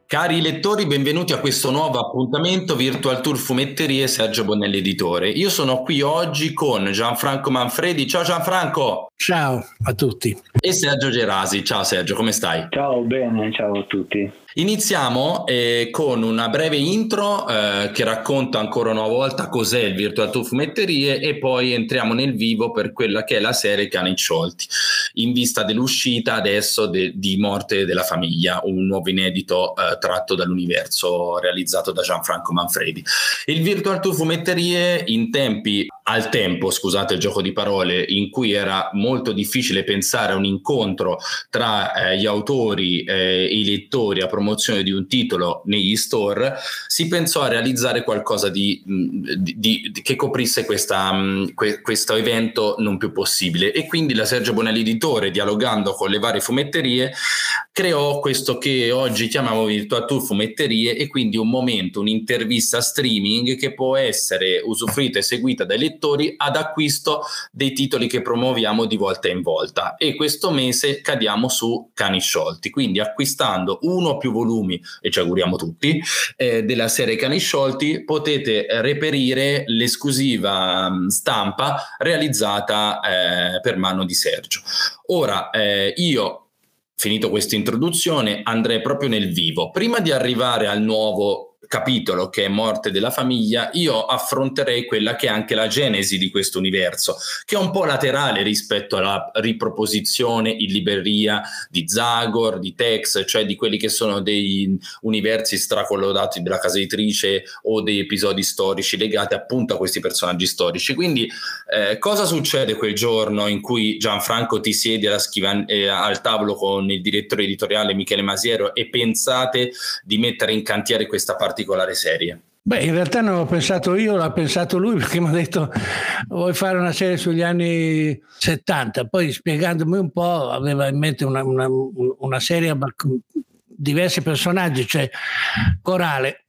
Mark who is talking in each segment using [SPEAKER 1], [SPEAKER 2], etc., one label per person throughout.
[SPEAKER 1] Cari lettori, benvenuti a questo nuovo appuntamento Virtual Tour Fumetterie Sergio Bonelli Editore. Io sono qui oggi con Gianfranco Manfredi. Ciao Gianfranco!
[SPEAKER 2] Ciao a tutti.
[SPEAKER 1] E Sergio Gerasi. Ciao Sergio, come stai?
[SPEAKER 3] Ciao, bene, ciao a tutti.
[SPEAKER 1] Iniziamo con una breve intro che racconta ancora una volta cos'è il Virtual Tour Fumetterie e poi entriamo nel vivo per quella che è la serie Cani Sciolti, in vista dell'uscita adesso di Morte della famiglia, un nuovo inedito tratto dall'universo realizzato da Gianfranco Manfredi. Il Virtual Tour Fumetterie al tempo, scusate il gioco di parole, in cui era molto difficile pensare a un incontro tra gli autori e i lettori a promozione di un titolo negli store, si pensò a realizzare qualcosa che coprisse questo evento non più possibile, e quindi la Sergio Bonelli Editore, dialogando con le varie fumetterie, creò questo che oggi chiamiamo Virtual Tour Fumetterie, e quindi un momento, un'intervista streaming che può essere usufruita e seguita dai lettori ad acquisto dei titoli che promuoviamo di volta in volta. E questo mese cadiamo su Cani Sciolti, quindi acquistando uno o più volumi, e ci auguriamo tutti, della serie Cani Sciolti, potete reperire l'esclusiva stampa realizzata per mano di Sergio. Ora io, finito questa introduzione, andrei proprio nel vivo. Prima di arrivare al nuovo capitolo che è Morte della famiglia, io affronterei quella che è anche la genesi di questo universo, che è un po' laterale rispetto alla riproposizione in libreria di Zagor, di Tex, cioè di quelli che sono dei universi stracollodati della casa editrice o dei episodi storici legati appunto a questi personaggi storici. Quindi cosa succede quel giorno in cui Gianfranco ti siedi al tavolo con il direttore editoriale Michele Masiero e pensate di mettere in cantiere questa particolare serie?
[SPEAKER 2] Beh, in realtà non l'ho pensato io, l'ha pensato lui, perché mi ha detto: vuoi fare una serie sugli anni 70? Poi, spiegandomi un po', aveva in mente una serie con diversi personaggi, cioè corale.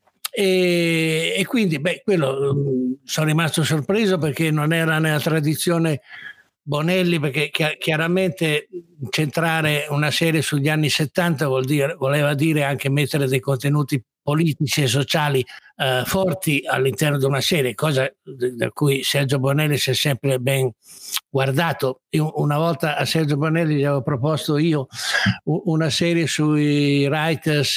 [SPEAKER 2] E quindi quello sono rimasto sorpreso, perché non era nella tradizione Bonelli, perché chiaramente centrare una serie sugli anni 70 voleva dire anche mettere dei contenuti politici e sociali forti all'interno di una serie, cosa da cui Sergio Bonelli si è sempre ben guardato. Io una volta a Sergio Bonelli gli avevo proposto una serie sui writers,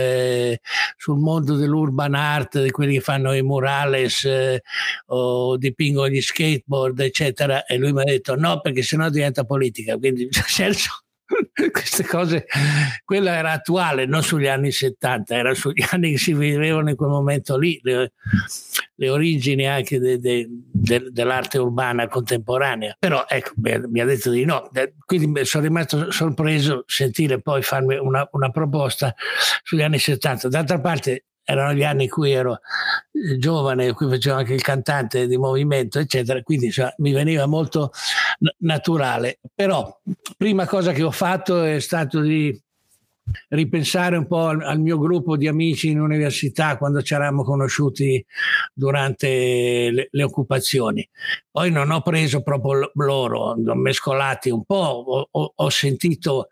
[SPEAKER 2] sul mondo dell'urban art, di quelli che fanno i murales o dipingono gli skateboard, eccetera, e lui mi ha detto no, perché sennò diventa politica. Quindi Sergio, queste cose, quella era attuale, non sugli anni 70, era sugli anni che si vivevano in quel momento lì, le origini anche dell'arte urbana contemporanea. Però ecco, mi ha detto di no, quindi sono rimasto sorpreso sentire poi farmi una proposta sugli anni 70. D'altra parte erano gli anni in cui ero giovane, in cui facevo anche il cantante di movimento, eccetera, quindi mi veniva molto naturale. Però prima cosa che ho fatto è stato di ripensare un po' al mio gruppo di amici in università, quando ci eravamo conosciuti durante le occupazioni. Poi non ho preso proprio loro, ho mescolati un po', ho sentito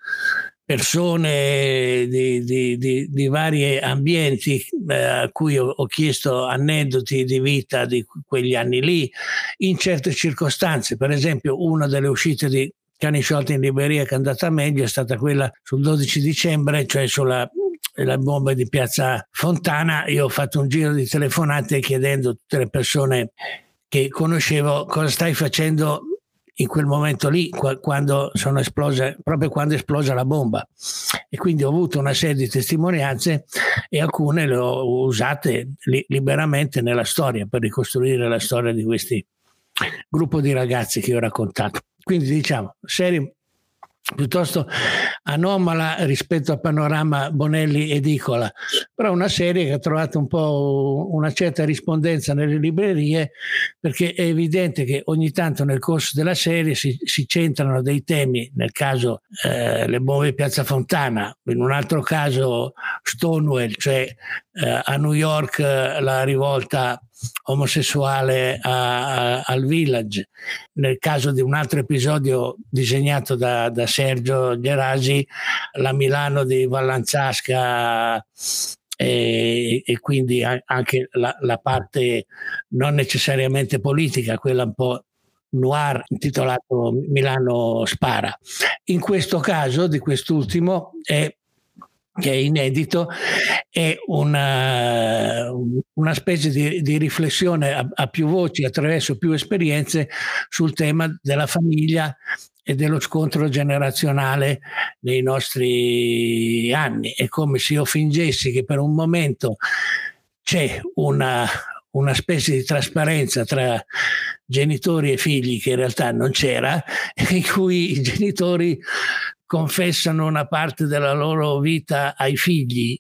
[SPEAKER 2] persone di vari ambienti a cui ho chiesto aneddoti di vita di quegli anni lì, in certe circostanze. Per esempio, una delle uscite di Cani Sciolti in libreria che è andata meglio è stata quella sul 12 dicembre, cioè sulla bomba di Piazza Fontana. Io ho fatto un giro di telefonate chiedendo a tutte le persone che conoscevo cosa stai facendo in quel momento lì, quando proprio quando è esplosa la bomba. E quindi ho avuto una serie di testimonianze, e alcune le ho usate liberamente nella storia, per ricostruire la storia di questi gruppo di ragazzi che ho raccontato. Quindi diciamo, serie piuttosto anomala rispetto al panorama Bonelli edicola, però una serie che ha trovato un po' una certa rispondenza nelle librerie, perché è evidente che ogni tanto nel corso della serie si centrano dei temi, nel caso le bombe di Piazza Fontana, in un altro caso Stonewall, cioè a New York la rivolta omosessuale al Village. Nel caso di un altro episodio disegnato da Sergio Gerasi, la Milano di Vallanzasca e quindi anche la parte non necessariamente politica, quella un po' noir, intitolato Milano Spara. In questo caso, di quest'ultimo, che è inedito, è una specie di riflessione a più voci, attraverso più esperienze, sul tema della famiglia e dello scontro generazionale nei nostri anni. È come se io fingessi che per un momento c'è una specie di trasparenza tra genitori e figli che in realtà non c'era, in cui i genitori confessano una parte della loro vita ai figli,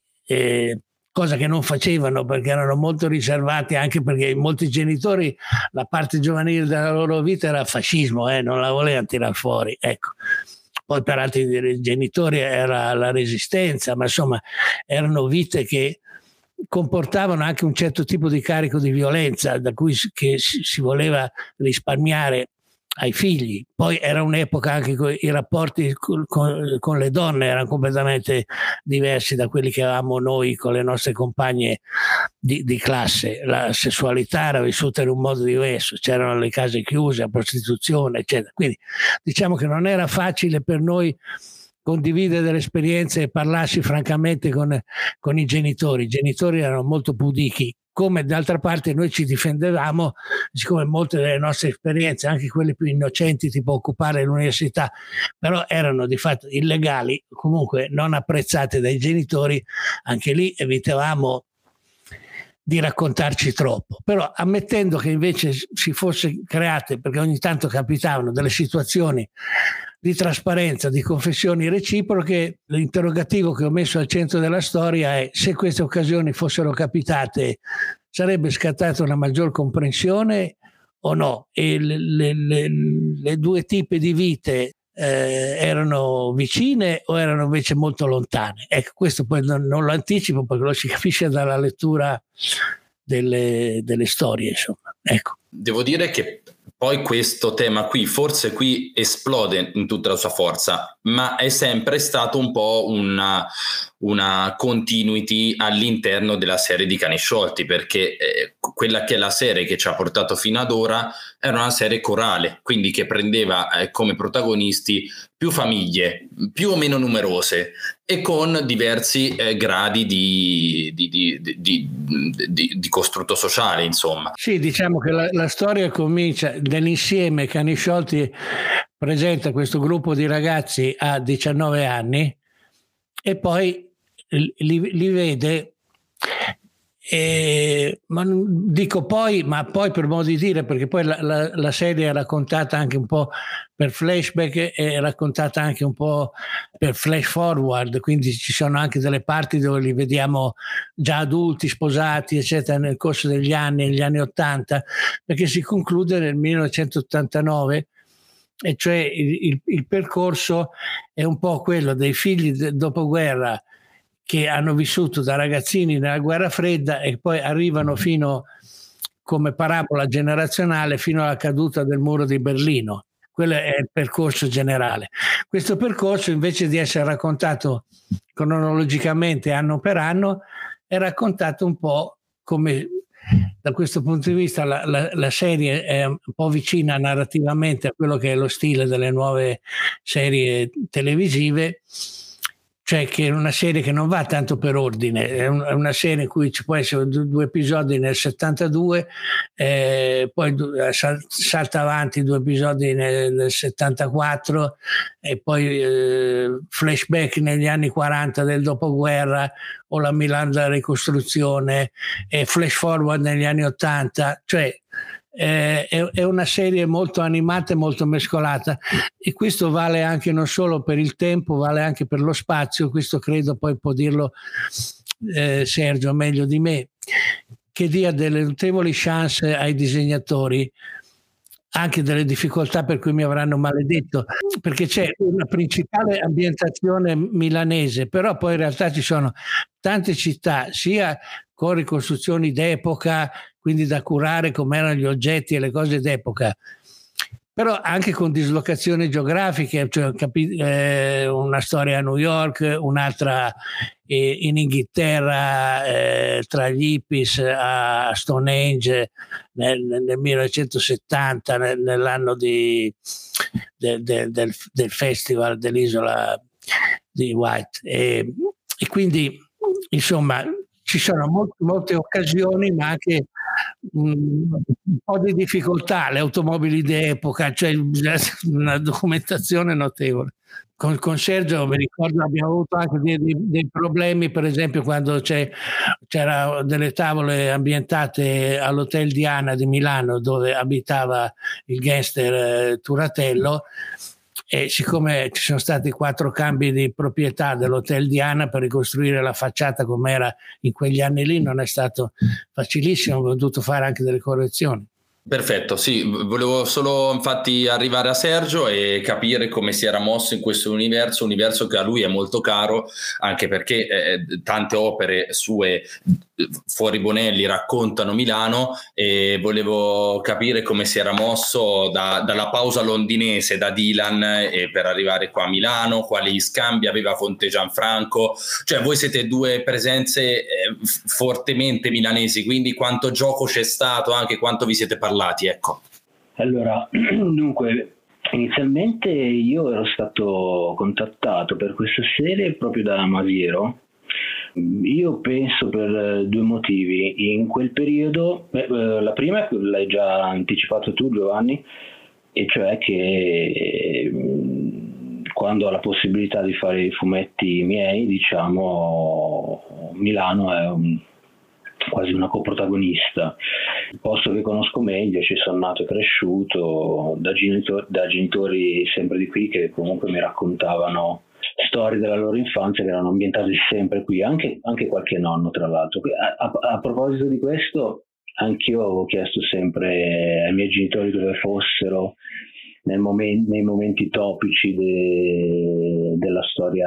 [SPEAKER 2] cosa che non facevano perché erano molto riservati, anche perché molti genitori la parte giovanile della loro vita era fascismo, non la volevano tirare fuori, ecco. Poi per altri genitori era la resistenza, ma insomma erano vite che comportavano anche un certo tipo di carico di violenza da cui che si voleva risparmiare ai figli. Poi era un'epoca anche i rapporti con le donne erano completamente diversi da quelli che avevamo noi con le nostre compagne di classe. La sessualità era vissuta in un modo diverso, c'erano le case chiuse, la prostituzione, eccetera. Quindi diciamo che non era facile per noi condividere delle esperienze e parlarsi francamente con i genitori. I genitori erano molto pudichi, come d'altra parte noi ci difendevamo, siccome molte delle nostre esperienze, anche quelle più innocenti, tipo occupare l'università, però erano di fatto illegali, comunque non apprezzate dai genitori, anche lì evitavamo di raccontarci troppo. Però ammettendo che invece si fosse create, perché ogni tanto capitavano delle situazioni di trasparenza, di confessioni reciproche, l'interrogativo che ho messo al centro della storia è: se queste occasioni fossero capitate, sarebbe scattata una maggior comprensione o no? E le due tipi di vite erano vicine o erano invece molto lontane? Ecco, questo poi non lo anticipo perché lo si capisce dalla lettura delle storie, insomma. Ecco.
[SPEAKER 1] Devo dire che poi questo tema qui, forse qui esplode in tutta la sua forza, ma è sempre stato un po' una continuity all'interno della serie di Cani Sciolti, perché quella che è la serie che ci ha portato fino ad ora era una serie corale, quindi che prendeva come protagonisti più famiglie, più o meno numerose, e con diversi gradi di costrutto sociale, insomma.
[SPEAKER 2] Sì, diciamo che la storia comincia nell'insieme. Cani Sciolti presenta questo gruppo di ragazzi a 19 anni e poi li vede, ma dico poi, ma poi per modo di dire, perché poi la serie è raccontata anche un po' per flashback, è raccontata anche un po' per flash forward, quindi ci sono anche delle parti dove li vediamo già adulti, sposati, eccetera, nel corso degli anni 80, perché si conclude nel 1989, e cioè il percorso è un po' quello dei figli del dopoguerra che hanno vissuto da ragazzini nella guerra fredda e poi arrivano fino, come parabola generazionale, fino alla caduta del muro di Berlino. Quello è il percorso generale. Questo percorso, invece di essere raccontato cronologicamente anno per anno, è raccontato un po' come, da questo punto di vista, la serie è un po' vicina narrativamente a quello che è lo stile delle nuove serie televisive, cioè che è una serie che non va tanto per ordine, è una serie in cui ci può essere due episodi nel 72, poi salta avanti 2 episodi nel 74 e poi flashback negli anni 40 del dopoguerra o la Milano della ricostruzione, e flash forward negli anni 80, cioè è una serie molto animata e molto mescolata, e questo vale anche non solo per il tempo, vale anche per lo spazio. Questo credo poi può dirlo Sergio meglio di me, che dia delle notevoli chance ai disegnatori, anche delle difficoltà per cui mi avranno maledetto, perché c'è una principale ambientazione milanese, però poi in realtà ci sono tante città, sia con ricostruzioni d'epoca, quindi da curare come erano gli oggetti e le cose d'epoca, però anche con dislocazioni geografiche, cioè, una storia a New York, un'altra in Inghilterra, tra gli hippies a Stonehenge nel 1970, nell'anno del festival dell'isola di White, e quindi insomma ci sono molte occasioni, ma anche un po' di difficoltà, le automobili d'epoca, cioè una documentazione notevole. Con Sergio mi ricordo abbiamo avuto anche dei problemi, per esempio quando c'era delle tavole ambientate all'Hotel Diana di Milano, dove abitava il gangster Turatello, e siccome ci sono stati 4 cambi di proprietà dell'Hotel Diana per ricostruire la facciata come era in quegli anni lì, non è stato facilissimo, ho dovuto fare anche delle correzioni.
[SPEAKER 1] Perfetto, sì, volevo solo infatti arrivare a Sergio e capire come si era mosso in questo universo che a lui è molto caro, anche perché tante opere sue fuori Bonelli raccontano Milano, e volevo capire come si era mosso dalla pausa londinese da Dylan per arrivare qua a Milano, quali scambi aveva Fonte Gianfranco, cioè voi siete 2 presenze fortemente milanesi, quindi quanto gioco c'è stato, anche quanto vi siete parlati, ecco.
[SPEAKER 3] Allora, dunque, inizialmente io ero stato contattato per questa serie proprio da Masiero. Io penso per 2 motivi. In quel periodo, la prima l'hai già anticipato tu, Giovanni, e cioè che quando ho la possibilità di fare i fumetti miei, diciamo, Milano è quasi una coprotagonista. Il posto che conosco meglio, ci sono nato e cresciuto, da genitori sempre di qui, che comunque mi raccontavano storie della loro infanzia che erano ambientate sempre qui, anche qualche nonno tra l'altro. A proposito di questo, anch'io avevo chiesto sempre ai miei genitori dove fossero nei momenti topici della storia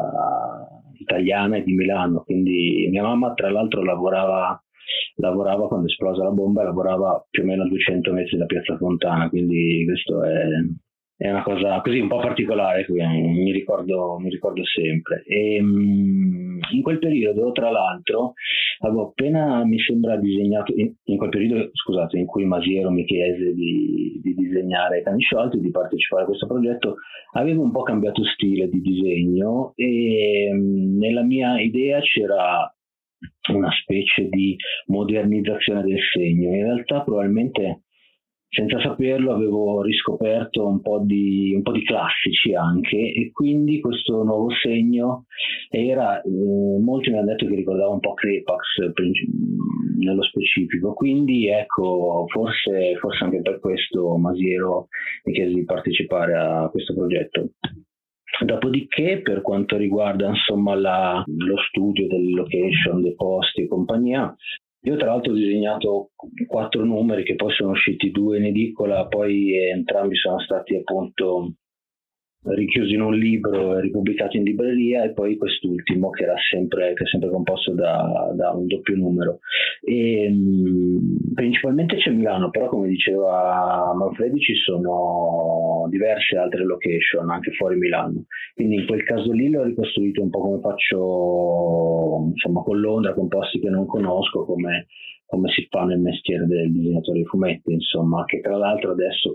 [SPEAKER 3] italiana e di Milano. Quindi mia mamma tra l'altro lavorava quando esplosa la bomba, lavorava più o meno a 200 metri da Piazza Fontana, quindi questo è una cosa così un po' particolare che mi ricordo sempre. E in quel periodo, tra l'altro, avevo appena, mi sembra, disegnato in quel periodo, scusate, in cui Masiero mi chiese di disegnare Cani Sciolti, di partecipare a questo progetto, avevo un po' cambiato stile di disegno, e nella mia idea c'era una specie di modernizzazione del segno. In realtà probabilmente, senza saperlo, avevo riscoperto un po' di classici anche, e quindi questo nuovo segno era, molti mi hanno detto che ricordava un po' Crepax nello specifico, quindi ecco, forse anche per questo Masiero mi chiese di partecipare a questo progetto. Dopodiché, per quanto riguarda insomma lo studio delle location, dei posti e compagnia, io tra l'altro ho disegnato 4 numeri che poi sono usciti 2 in edicola, poi entrambi sono stati appunto richiusi in un libro e ripubblicati in libreria, e poi quest'ultimo che è sempre composto da un doppio numero. E principalmente c'è Milano, però come diceva Manfredi ci sono diverse altre location anche fuori Milano, quindi in quel caso lì l'ho ricostruito un po' come faccio insomma con Londra, con posti che non conosco, come si fa nel mestiere del disegnatore di fumetti, insomma, che tra l'altro adesso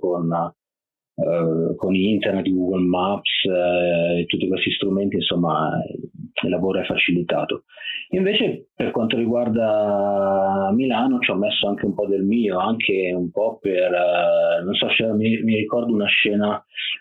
[SPEAKER 3] con internet, Google Maps e tutti questi strumenti, insomma, il lavoro è facilitato. Invece per quanto riguarda Milano ci ho messo anche un po' del mio, anche un po' per non so, mi ricordo una scena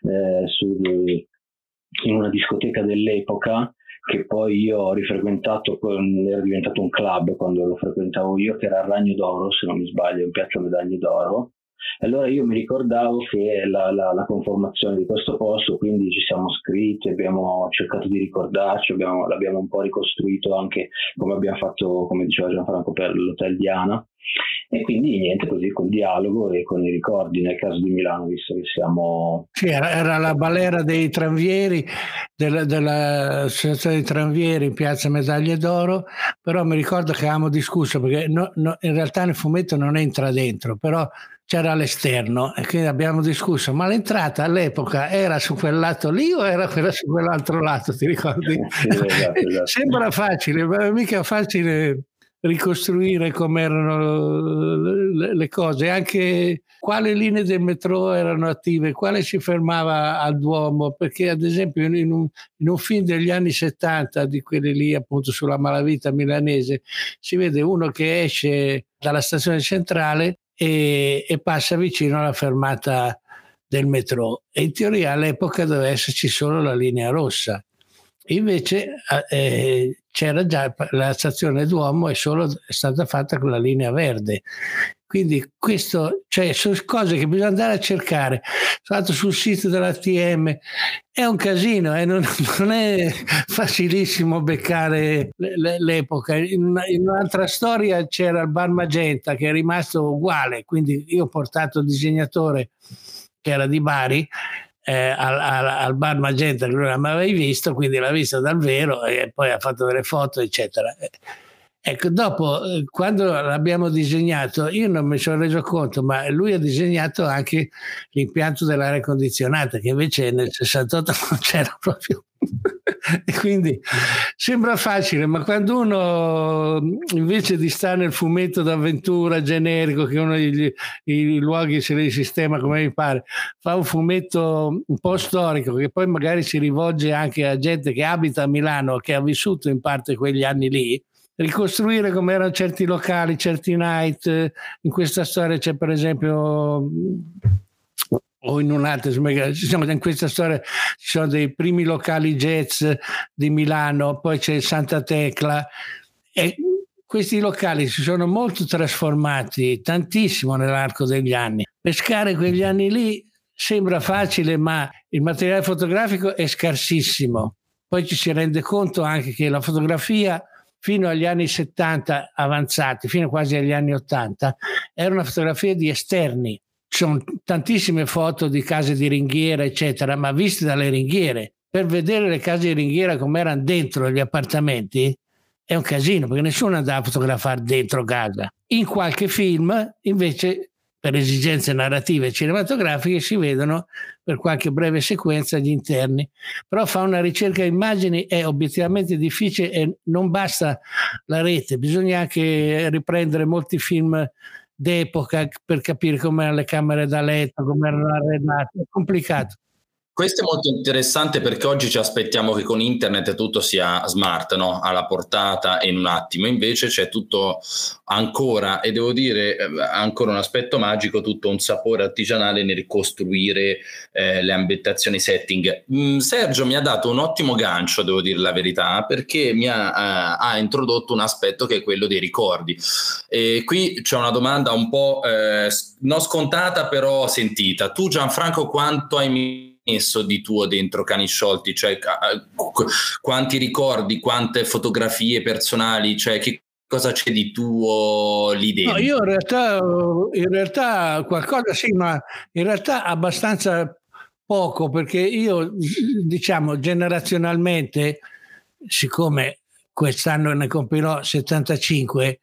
[SPEAKER 3] in una discoteca dell'epoca che poi io ho rifrequentato, era diventato un club quando lo frequentavo io, che era il Ragno d'Oro, se non mi sbaglio, in piazza Medaglie d'Oro. Allora io mi ricordavo che la conformazione di questo posto, quindi ci siamo scritti, abbiamo cercato di ricordarci, l'abbiamo un po' ricostruito anche come abbiamo fatto, come diceva Gianfranco, per l'Hotel Diana, e quindi niente, così col dialogo e con i ricordi. Nel caso di Milano, visto che siamo...
[SPEAKER 2] Sì, era la balera dei tranvieri, dell'associazione dei tranvieri in piazza Medaglie d'Oro, però mi ricordo che avevamo discusso, perché in realtà nel fumetto non entra dentro, però c'era l'esterno, e quindi abbiamo discusso, ma l'entrata all'epoca era su quel lato lì o era quella su quell'altro lato, ti ricordi?
[SPEAKER 3] Sì, esatto.
[SPEAKER 2] Sembra facile, ma è mica facile ricostruire come erano le cose, anche quali linee del metro erano attive, quale si fermava al Duomo, perché ad esempio in un film degli anni 70, di quelli lì appunto sulla malavita milanese, si vede uno che esce dalla stazione centrale e passa vicino alla fermata del metro, e in teoria all'epoca doveva esserci solo la linea rossa. Invece c'era già la stazione Duomo, e solo è stata fatta con la linea verde. Quindi questo, cioè, sono cose che bisogna andare a cercare. Sono andato sul sito dell'ATM, è un casino, non è facilissimo beccare l'epoca. In un'altra storia c'era il Bar Magenta, che è rimasto uguale, quindi io ho portato il disegnatore che era di Bari al Bar Magenta, che lui non l'aveva mai visto, quindi l'ha visto dal vero e poi ha fatto delle foto, eccetera. Ecco, dopo, quando l'abbiamo disegnato, io non mi sono reso conto, ma lui ha disegnato anche l'impianto dell'aria condizionata, che invece nel 68 non c'era proprio. E quindi sembra facile, ma quando uno, invece di stare nel fumetto d'avventura generico, che uno i luoghi se li sistema come mi pare, fa un fumetto un po' storico, che poi magari si rivolge anche a gente che abita a Milano, che ha vissuto in parte quegli anni lì, ricostruire come erano certi locali, certi night. In questa storia c'è, per esempio, o in un'altra, in questa storia ci sono dei primi locali jazz di Milano, poi c'è Santa Tecla, e questi locali si sono molto trasformati tantissimo nell'arco degli anni. Pescare quegli anni lì sembra facile, ma il materiale fotografico è scarsissimo. Poi ci si rende conto anche che la fotografia fino agli anni 70 avanzati, fino quasi agli anni 80, era una fotografia di esterni. Ci sono tantissime foto di case di ringhiera, eccetera, ma viste dalle ringhiere. Per vedere le case di ringhiera come erano dentro gli appartamenti è un casino, perché nessuno andava a fotografare dentro casa. In qualche film, invece, per esigenze narrative e cinematografiche, si vedono per qualche breve sequenza gli interni. Però fa una ricerca immagini è obiettivamente difficile, e non basta la rete, bisogna anche riprendere molti film d'epoca per capire come erano le camere da letto, come erano arredate. È complicato.
[SPEAKER 1] Questo è molto interessante, perché oggi ci aspettiamo che con internet tutto sia smart, no? Alla portata e in un attimo. Invece c'è tutto ancora, e devo dire ancora un aspetto magico, tutto un sapore artigianale nel ricostruire le ambientazioni, setting. Sergio mi ha dato un ottimo gancio, devo dire la verità, perché mi ha introdotto un aspetto che è quello dei ricordi. E qui c'è una domanda un po' non scontata, però sentita. Tu, Gianfranco, quanto hai messo di tuo dentro Cani Sciolti? Cioè, quanti ricordi, quante fotografie personali, cioè che cosa c'è di tuo lì dentro?
[SPEAKER 2] No, io in realtà qualcosa sì, ma in realtà abbastanza poco, perché io, diciamo, generazionalmente, siccome quest'anno ne compirò 75,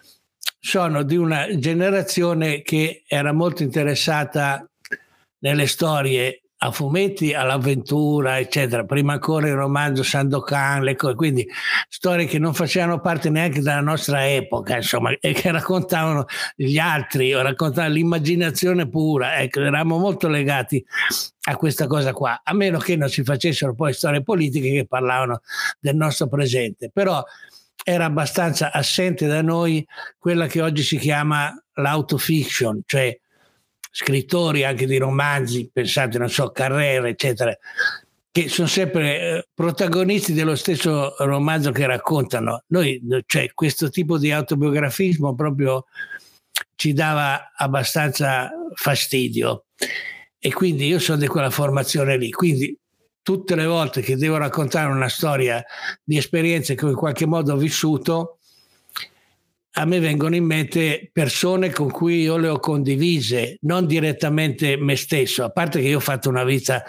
[SPEAKER 2] sono di una generazione che era molto interessata nelle storie a fumetti, all'avventura, eccetera. Prima ancora il romanzo Sandokan, le cose, quindi storie che non facevano parte neanche della nostra epoca, insomma, e che raccontavano gli altri, o raccontavano l'immaginazione pura. Ecco, eravamo molto legati a questa cosa qua, a meno che non si facessero poi storie politiche che parlavano del nostro presente. Però era abbastanza assente da noi quella che oggi si chiama l'autofiction, cioè scrittori anche di romanzi, pensate, non so, Carrera, eccetera, che sono sempre protagonisti dello stesso romanzo che raccontano. Noi, cioè, questo tipo di autobiografismo proprio ci dava abbastanza fastidio, e quindi io sono di quella formazione lì. Quindi tutte le volte che devo raccontare una storia di esperienze che in qualche modo ho vissuto, a me vengono in mente persone con cui io le ho condivise, non direttamente me stesso, a parte che io ho fatto una vita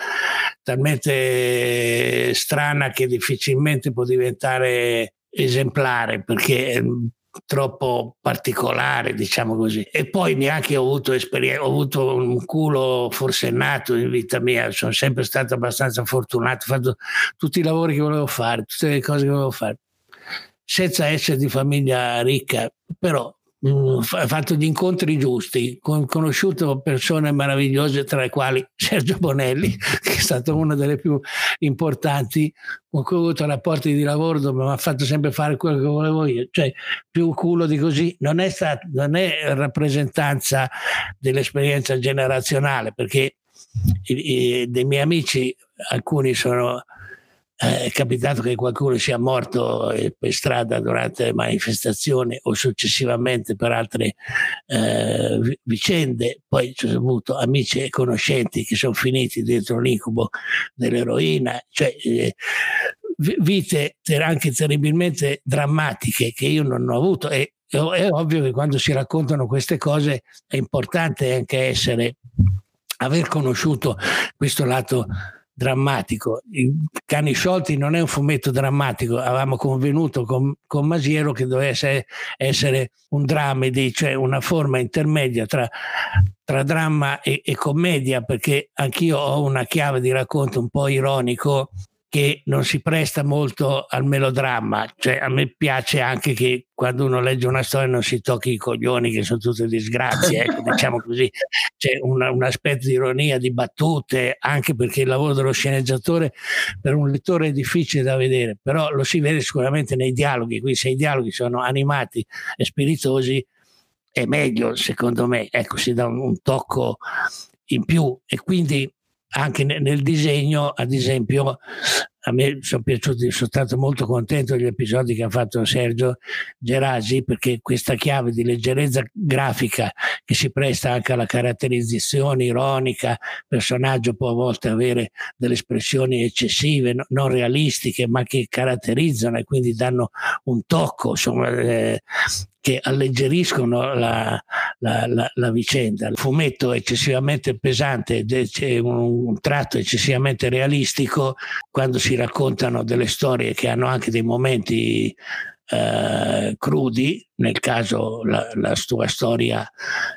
[SPEAKER 2] talmente strana che difficilmente può diventare esemplare, perché troppo particolare, diciamo così. E poi neanche ho avuto esperienza, ho avuto un culo forsennato in vita mia, sono sempre stato abbastanza fortunato, ho fatto tutti i lavori che volevo fare, tutte le cose che volevo fare, senza essere di famiglia ricca, però ho fatto gli incontri giusti, conosciuto persone meravigliose, tra le quali Sergio Bonelli, che è stato una delle più importanti, con cui ho avuto rapporti di lavoro dove mi ha fatto sempre fare quello che volevo io, cioè più culo di così. Non è rappresentanza dell'esperienza generazionale, perché dei miei amici alcuni sono... è capitato che qualcuno sia morto per strada durante le manifestazioni o successivamente per altre vicende. Poi ci sono avuto amici e conoscenti che sono finiti dentro l'incubo dell'eroina, cioè vite anche terribilmente drammatiche che io non ho avuto. È ovvio che quando si raccontano queste cose è importante anche aver conosciuto questo lato drammatico. I Cani sciolti non è un fumetto drammatico, avevamo convenuto con Masiero che dovesse essere un dramedy, cioè una forma intermedia tra dramma e commedia, perché anch'io ho una chiave di racconto un po' ironico che non si presta molto al melodramma, cioè a me piace anche che quando uno legge una storia non si tocchi i coglioni che sono tutte disgrazie, ecco, diciamo così, c'è un aspetto di ironia, di battute, anche perché il lavoro dello sceneggiatore per un lettore è difficile da vedere, però lo si vede sicuramente nei dialoghi, quindi se i dialoghi sono animati e spiritosi è meglio, secondo me, ecco, si dà un tocco in più. E quindi anche nel disegno, ad esempio, a me sono piaciuti, sono stato molto contento degli episodi che ha fatto Sergio Gerasi, perché questa chiave di leggerezza grafica che si presta anche alla caratterizzazione ironica, il personaggio può a volte avere delle espressioni eccessive, non realistiche, ma che caratterizzano e quindi danno un tocco, insomma, che alleggeriscono la vicenda. Il fumetto è eccessivamente pesante, c'è un tratto eccessivamente realistico quando si raccontano delle storie che hanno anche dei momenti crudi. Nel caso la tua storia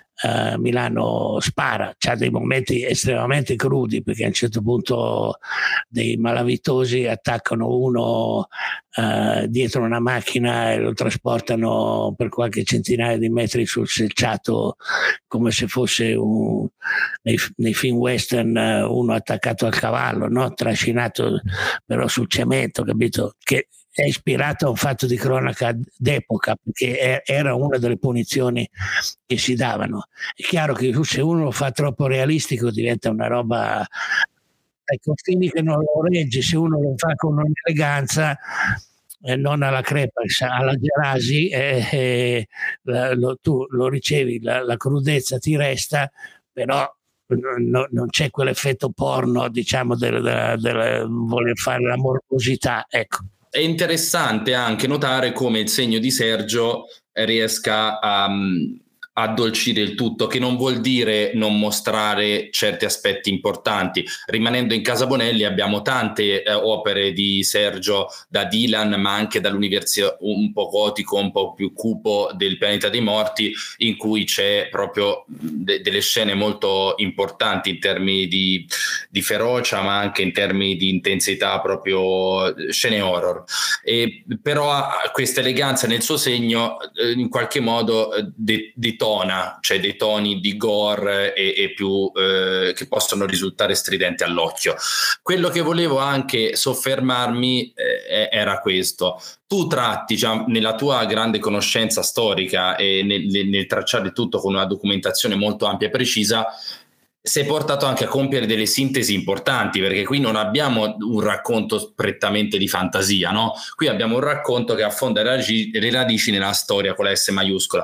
[SPEAKER 2] Milano Spara c'ha dei momenti estremamente crudi, perché a un certo punto dei malavitosi attaccano uno dietro una macchina e lo trasportano per qualche centinaia di metri sul selciato, come se fosse nei film western uno attaccato al cavallo, no? Trascinato però sul cemento, capito? Che è ispirato a un fatto di cronaca d'epoca, perché era una delle punizioni che si davano. È chiaro che se uno lo fa troppo realistico diventa una roba ai confini che non lo regge. Se uno lo fa con un'eleganza, non alla crepa, alla Gerasi, tu lo ricevi, la crudezza ti resta, però non c'è quell'effetto porno, diciamo, del voler fare la morbosità, ecco.
[SPEAKER 1] È interessante anche notare come il segno di Sergio riesca a addolcire il tutto, che non vuol dire non mostrare certi aspetti importanti. Rimanendo in casa Bonelli abbiamo tante opere di Sergio, da Dylan ma anche dall'universo un po' gotico, un po' più cupo del Pianeta dei Morti, in cui c'è proprio delle scene molto importanti in termini di ferocia, ma anche in termini di intensità, proprio scene horror. Però questa eleganza nel suo segno in qualche modo cioè dei toni di gore e più che possono risultare stridenti all'occhio. Quello che volevo anche soffermarmi era questo. Tu tratti, diciamo, nella tua grande conoscenza storica e nel tracciare tutto con una documentazione molto ampia e precisa, sei portato anche a compiere delle sintesi importanti, perché qui non abbiamo un racconto prettamente di fantasia, no? Qui abbiamo un racconto che affonda le radici nella storia con la S maiuscola.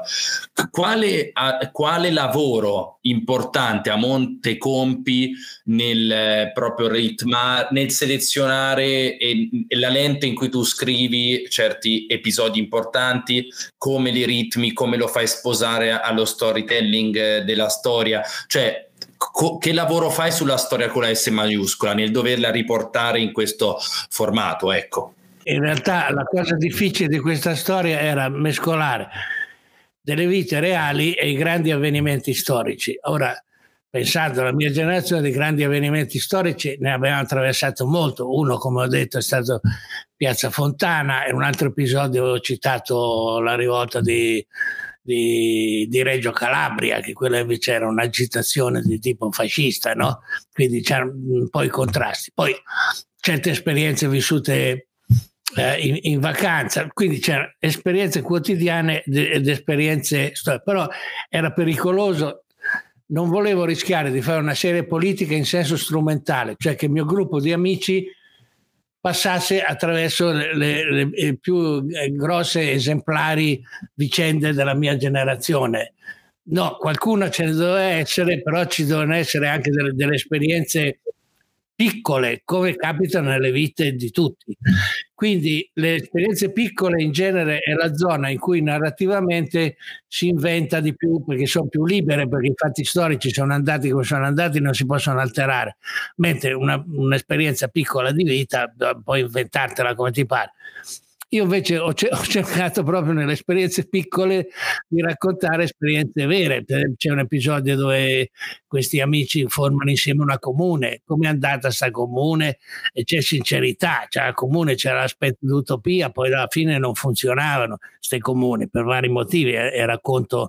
[SPEAKER 1] Quale lavoro importante a monte compi nel proprio ritmare, nel selezionare la lente in cui tu scrivi certi episodi importanti, come li ritmi, come lo fai sposare allo storytelling della storia, cioè che lavoro fai sulla storia con la S maiuscola nel doverla riportare in questo formato, ecco?
[SPEAKER 2] In realtà la cosa difficile di questa storia era mescolare delle vite reali e i grandi avvenimenti storici. Ora, pensando alla mia generazione, di grandi avvenimenti storici ne abbiamo attraversato molto. Uno, come ho detto, è stato Piazza Fontana, e un altro episodio ho citato la rivolta di Reggio Calabria, che quella invece era un'agitazione di tipo fascista, no? Quindi c'erano un po' i contrasti. Poi certe esperienze vissute in vacanza, quindi c'erano esperienze quotidiane ed esperienze storiche, però era pericoloso. Non volevo rischiare di fare una serie politica in senso strumentale, cioè che il mio gruppo di amici passasse attraverso le più grosse esemplari vicende della mia generazione. No, qualcuno ce ne doveva essere, però ci devono essere anche delle esperienze piccole, come capitano nelle vite di tutti. Quindi le esperienze piccole in genere è la zona in cui narrativamente si inventa di più, perché sono più libere, perché i fatti storici sono andati come sono andati, non si possono alterare, mentre un'esperienza piccola di vita puoi inventartela come ti pare. Io invece ho cercato proprio nelle esperienze piccole di raccontare esperienze vere. C'è un episodio dove questi amici formano insieme una comune, come è andata sta comune, e c'è sincerità, cioè la comune c'era l'aspetto di utopia, poi alla fine non funzionavano queste comuni per vari motivi, e racconto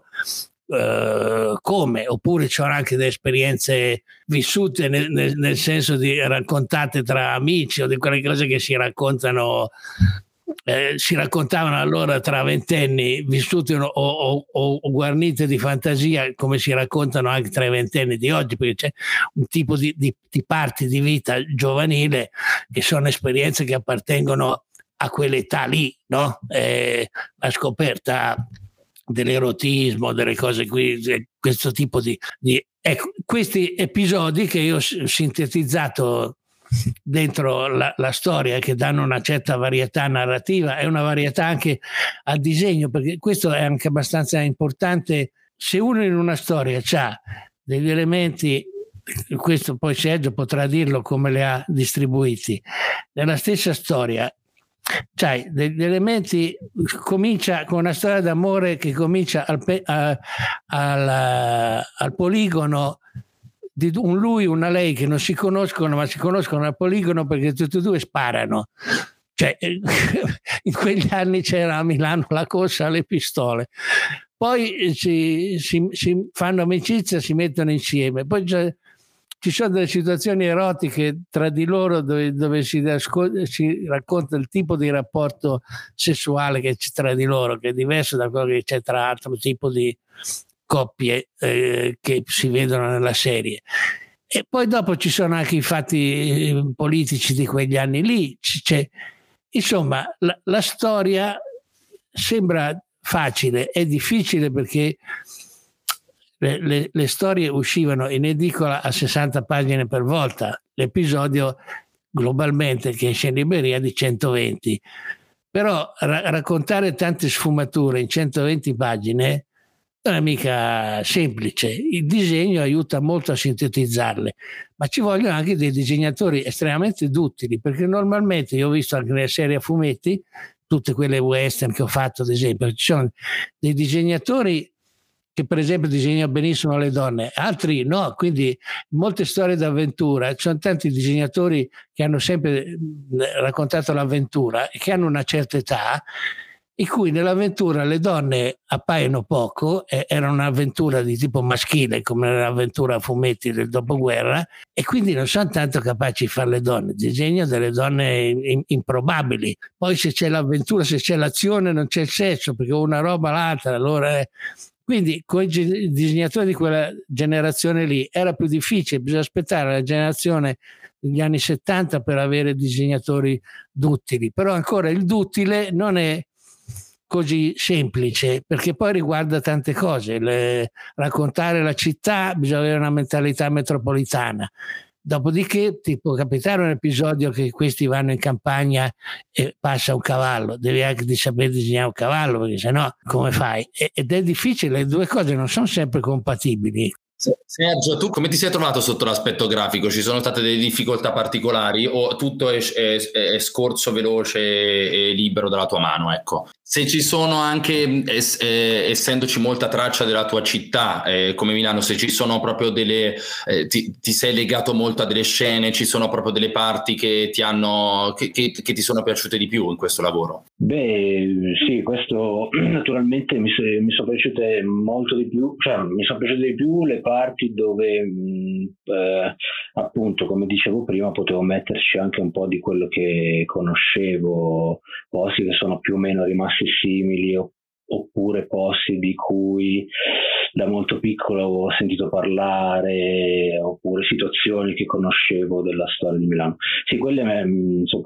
[SPEAKER 2] come. Oppure c'erano anche delle esperienze vissute nel senso di raccontate tra amici, o di quelle cose che si raccontano. Si raccontavano allora tra ventenni, vissute o guarnite di fantasia, come si raccontano anche tra i ventenni di oggi, perché c'è un tipo di parti di vita giovanile che sono esperienze che appartengono a quell'età lì, no? La scoperta dell'erotismo, delle cose qui, questo tipo di ecco, questi episodi che io ho sintetizzato dentro la storia, che danno una certa varietà narrativa e una varietà anche al disegno, perché questo è anche abbastanza importante. Se uno in una storia ha degli elementi, questo poi Sergio potrà dirlo come li ha distribuiti, nella stessa storia c'hai degli elementi, comincia con una storia d'amore che comincia al poligono di un lui e una lei che non si conoscono, ma si conoscono al poligono perché tutti e due sparano. Cioè, in quegli anni c'era a Milano la corsa alle pistole. Poi si fanno amicizia, si mettono insieme. Poi ci sono delle situazioni erotiche tra di loro dove si racconta il tipo di rapporto sessuale che c'è tra di loro, che è diverso da quello che c'è tra altro tipo di coppie che si vedono nella serie. E poi dopo ci sono anche i fatti politici di quegli anni lì. Insomma, la storia sembra facile, è difficile perché le storie uscivano in edicola a 60 pagine per volta, l'episodio globalmente che esce in libreria di 120. Però raccontare tante sfumature in 120 pagine non è mica semplice. Il disegno aiuta molto a sintetizzarle, ma ci vogliono anche dei disegnatori estremamente duttili, perché normalmente io ho visto anche nelle serie a fumetti, tutte quelle western che ho fatto ad esempio, ci sono dei disegnatori che per esempio disegnano benissimo le donne, altri no, quindi in molte storie d'avventura ci sono tanti disegnatori che hanno sempre raccontato l'avventura e che hanno una certa età, in cui nell'avventura le donne appaiono poco, era un'avventura di tipo maschile come l'avventura a fumetti del dopoguerra, e quindi non sono tanto capaci di fare le donne, disegnano delle donne improbabili. Poi se c'è l'avventura, se c'è l'azione non c'è il sesso, perché una roba l'altra, allora quindi con i disegnatori di quella generazione lì era più difficile, bisogna aspettare la generazione degli anni 70 per avere disegnatori duttili, però ancora il duttile non è così semplice, perché poi riguarda tante cose. Raccontare la città bisogna avere una mentalità metropolitana, dopodiché ti può capitare un episodio che questi vanno in campagna e passa un cavallo, devi anche sapere disegnare un cavallo, perché sennò come fai? Ed è difficile, le due cose non sono sempre compatibili.
[SPEAKER 1] Sergio, tu come ti sei trovato sotto l'aspetto grafico? Ci sono state delle difficoltà particolari o tutto è scorso, veloce e libero dalla tua mano? Ecco. Se ci sono anche, essendoci molta traccia della tua città, come Milano, se ci sono proprio ti sei legato molto a delle scene, ci sono proprio delle parti che che ti sono piaciute di più in questo lavoro?
[SPEAKER 3] Beh, sì, questo naturalmente mi sono piaciute molto di più, cioè mi sono piaciute di più le parti dove appunto, come dicevo prima, potevo metterci anche un po' di quello che conoscevo, posti che sono più o meno rimasti simili, oppure posti di cui da molto piccolo ho sentito parlare, oppure situazioni che conoscevo della storia di Milano. Sì, quelle mi sono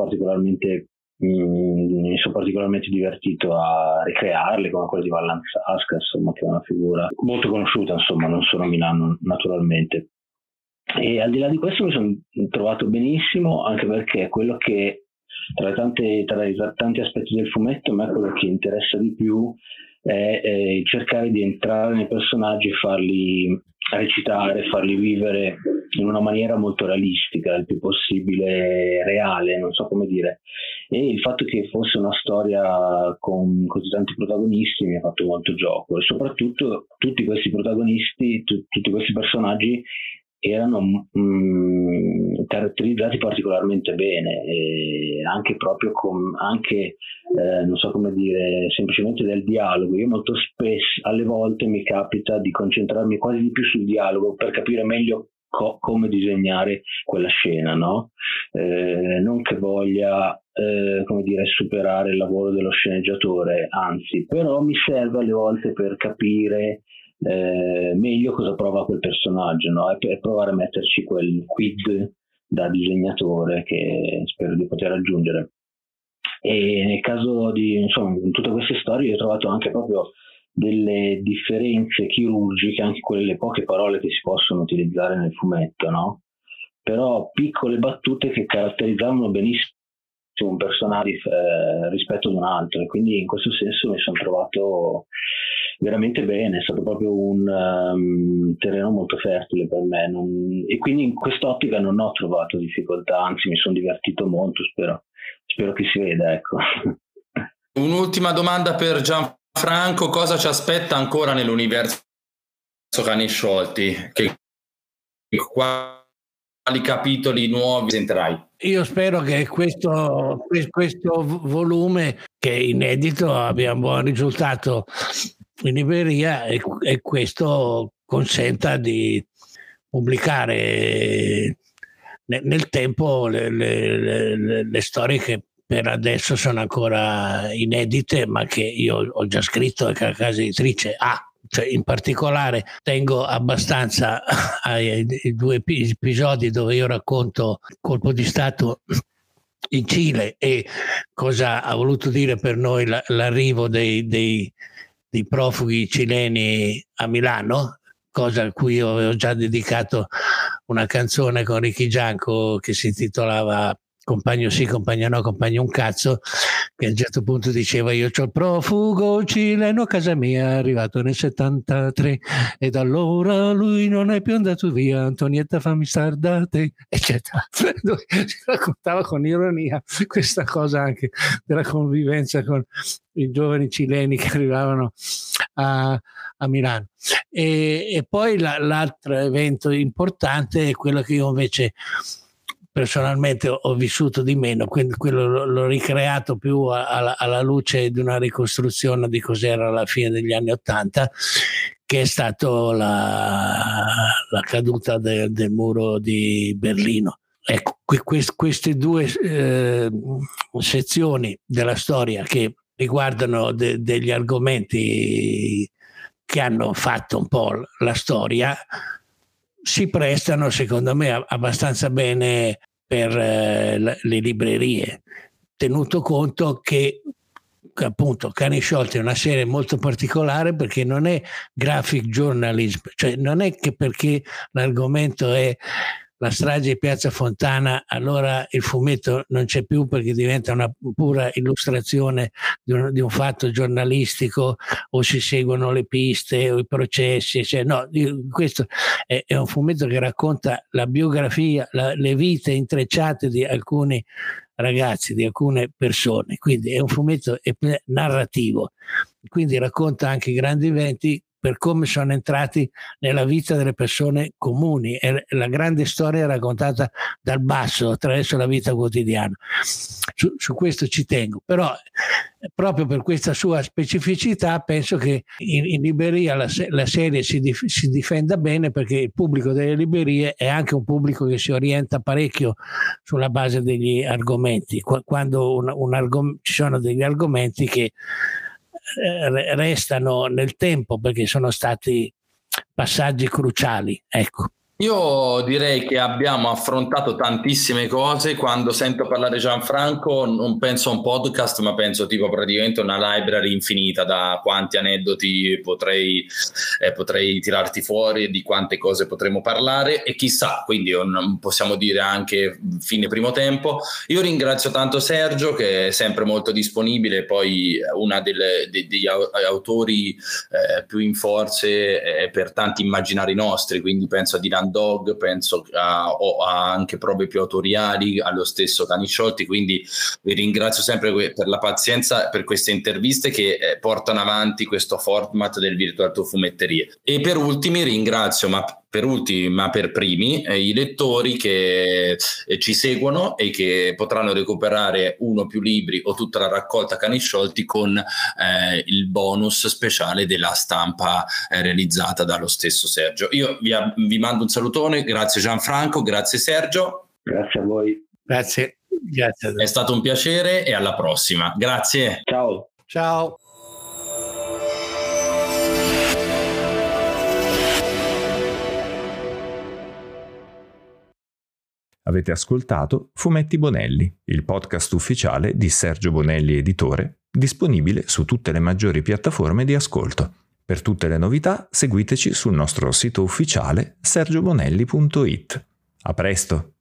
[SPEAKER 3] particolarmente divertito a ricrearle, come quella di Vallan Sasca, insomma, che è una figura molto conosciuta, insomma, non solo a Milano naturalmente. E al di là di questo mi sono trovato benissimo, anche perché quello che tra i tanti aspetti del fumetto, a me quello che interessa di più è cercare di entrare nei personaggi e farli recitare, farli vivere in una maniera molto realistica, il più possibile reale, non so come dire. E il fatto che fosse una storia con così tanti protagonisti mi ha fatto molto gioco, e soprattutto tutti questi protagonisti, tutti questi personaggi erano caratterizzati particolarmente bene, anche proprio non so come dire, semplicemente del dialogo. Io molto spesso, alle volte mi capita di concentrarmi quasi di più sul dialogo per capire meglio come disegnare quella scena, no? Non che voglia come dire, superare il lavoro dello sceneggiatore, anzi, però mi serve alle volte per capire meglio cosa prova quel personaggio, no? E provare a metterci quel quid da disegnatore che spero di poter raggiungere. E nel caso di, insomma, in tutte queste storie ho trovato anche proprio delle differenze chirurgiche, anche quelle poche parole che si possono utilizzare nel fumetto, no? Però piccole battute che caratterizzavano benissimo un personaggio rispetto ad un altro, e quindi in questo senso mi sono trovato veramente bene. È stato proprio un terreno molto fertile per me, e quindi in quest'ottica non ho trovato difficoltà, anzi mi sono divertito molto, spero che si veda, ecco.
[SPEAKER 1] Un'ultima domanda per Gianfranco: cosa ci aspetta ancora nell'universo Cani Sciolti? Quali capitoli nuovi presenterai?
[SPEAKER 2] Io spero che questo volume, che è inedito, abbia un buon risultato in libreria, e questo consenta di pubblicare nel tempo le storie che per adesso sono ancora inedite, ma che io ho già scritto e che la casa editrice ha. Cioè, in particolare tengo abbastanza ai 2 episodi dove io racconto colpo di Stato in Cile e cosa ha voluto dire per noi l'arrivo dei profughi cileni a Milano, cosa a cui io avevo già dedicato una canzone con Ricky Gianco che si intitolava Compagno sì, compagno no, compagno un cazzo, che a un certo punto diceva: io c'ho il profugo cileno a casa mia, è arrivato nel 73 e da allora lui non è più andato via, Antonietta fammi star da te, eccetera. Si raccontava con ironia questa cosa anche della convivenza con i giovani cileni che arrivavano a Milano. E poi l'altro evento importante è quello che io invece personalmente ho vissuto di meno, quindi quello l'ho ricreato più alla luce di una ricostruzione di cos'era alla fine degli anni '80, che è stato la caduta del muro di Berlino. Ecco, queste 2 sezioni della storia che riguardano degli argomenti che hanno fatto un po' la storia si prestano, secondo me, abbastanza bene per le librerie, tenuto conto che appunto Cani Sciolti è una serie molto particolare perché non è graphic journalism, cioè non è che perché l'argomento è la strage di Piazza Fontana, allora il fumetto non c'è più perché diventa una pura illustrazione di un fatto giornalistico, o si seguono le piste o i processi, cioè, no, questo è un fumetto che racconta la biografia, le vite intrecciate di alcuni ragazzi, di alcune persone, quindi è un fumetto narrativo, quindi racconta anche i grandi eventi per come sono entrati nella vita delle persone comuni. È la grande storia raccontata dal basso attraverso la vita quotidiana. Su questo ci tengo, però proprio per questa sua specificità penso che in libreria la serie si difenda bene, perché il pubblico delle librerie è anche un pubblico che si orienta parecchio sulla base degli argomenti, quando ci sono degli argomenti che restano nel tempo perché sono stati passaggi cruciali, ecco.
[SPEAKER 1] Io direi che abbiamo affrontato tantissime cose. Quando sento parlare Gianfranco non penso a un podcast, ma penso tipo praticamente a una library infinita, da quanti aneddoti potrei tirarti fuori, di quante cose potremo parlare, e chissà, quindi possiamo dire anche fine primo tempo. Io ringrazio tanto Sergio, che è sempre molto disponibile, poi una degli autori più in forze per tanti immaginari nostri, quindi penso a Dylan Dog, penso a anche prove più autoriali, allo stesso Canisciotti, quindi vi ringrazio sempre per la pazienza, per queste interviste che portano avanti questo format del Virtual Tour Fumetterie. E per ultimi ringrazio, ma per primi, i lettori che ci seguono e che potranno recuperare uno o più libri o tutta la raccolta Canisciolti con il bonus speciale della stampa realizzata dallo stesso Sergio. Io vi mando un salutone, grazie Gianfranco, grazie Sergio.
[SPEAKER 3] Grazie a voi.
[SPEAKER 2] Grazie.
[SPEAKER 1] È stato un piacere e alla prossima. Grazie.
[SPEAKER 3] Ciao.
[SPEAKER 2] Ciao.
[SPEAKER 4] Avete ascoltato Fumetti Bonelli, il podcast ufficiale di Sergio Bonelli Editore, disponibile su tutte le maggiori piattaforme di ascolto. Per tutte le novità seguiteci sul nostro sito ufficiale sergiobonelli.it. A presto!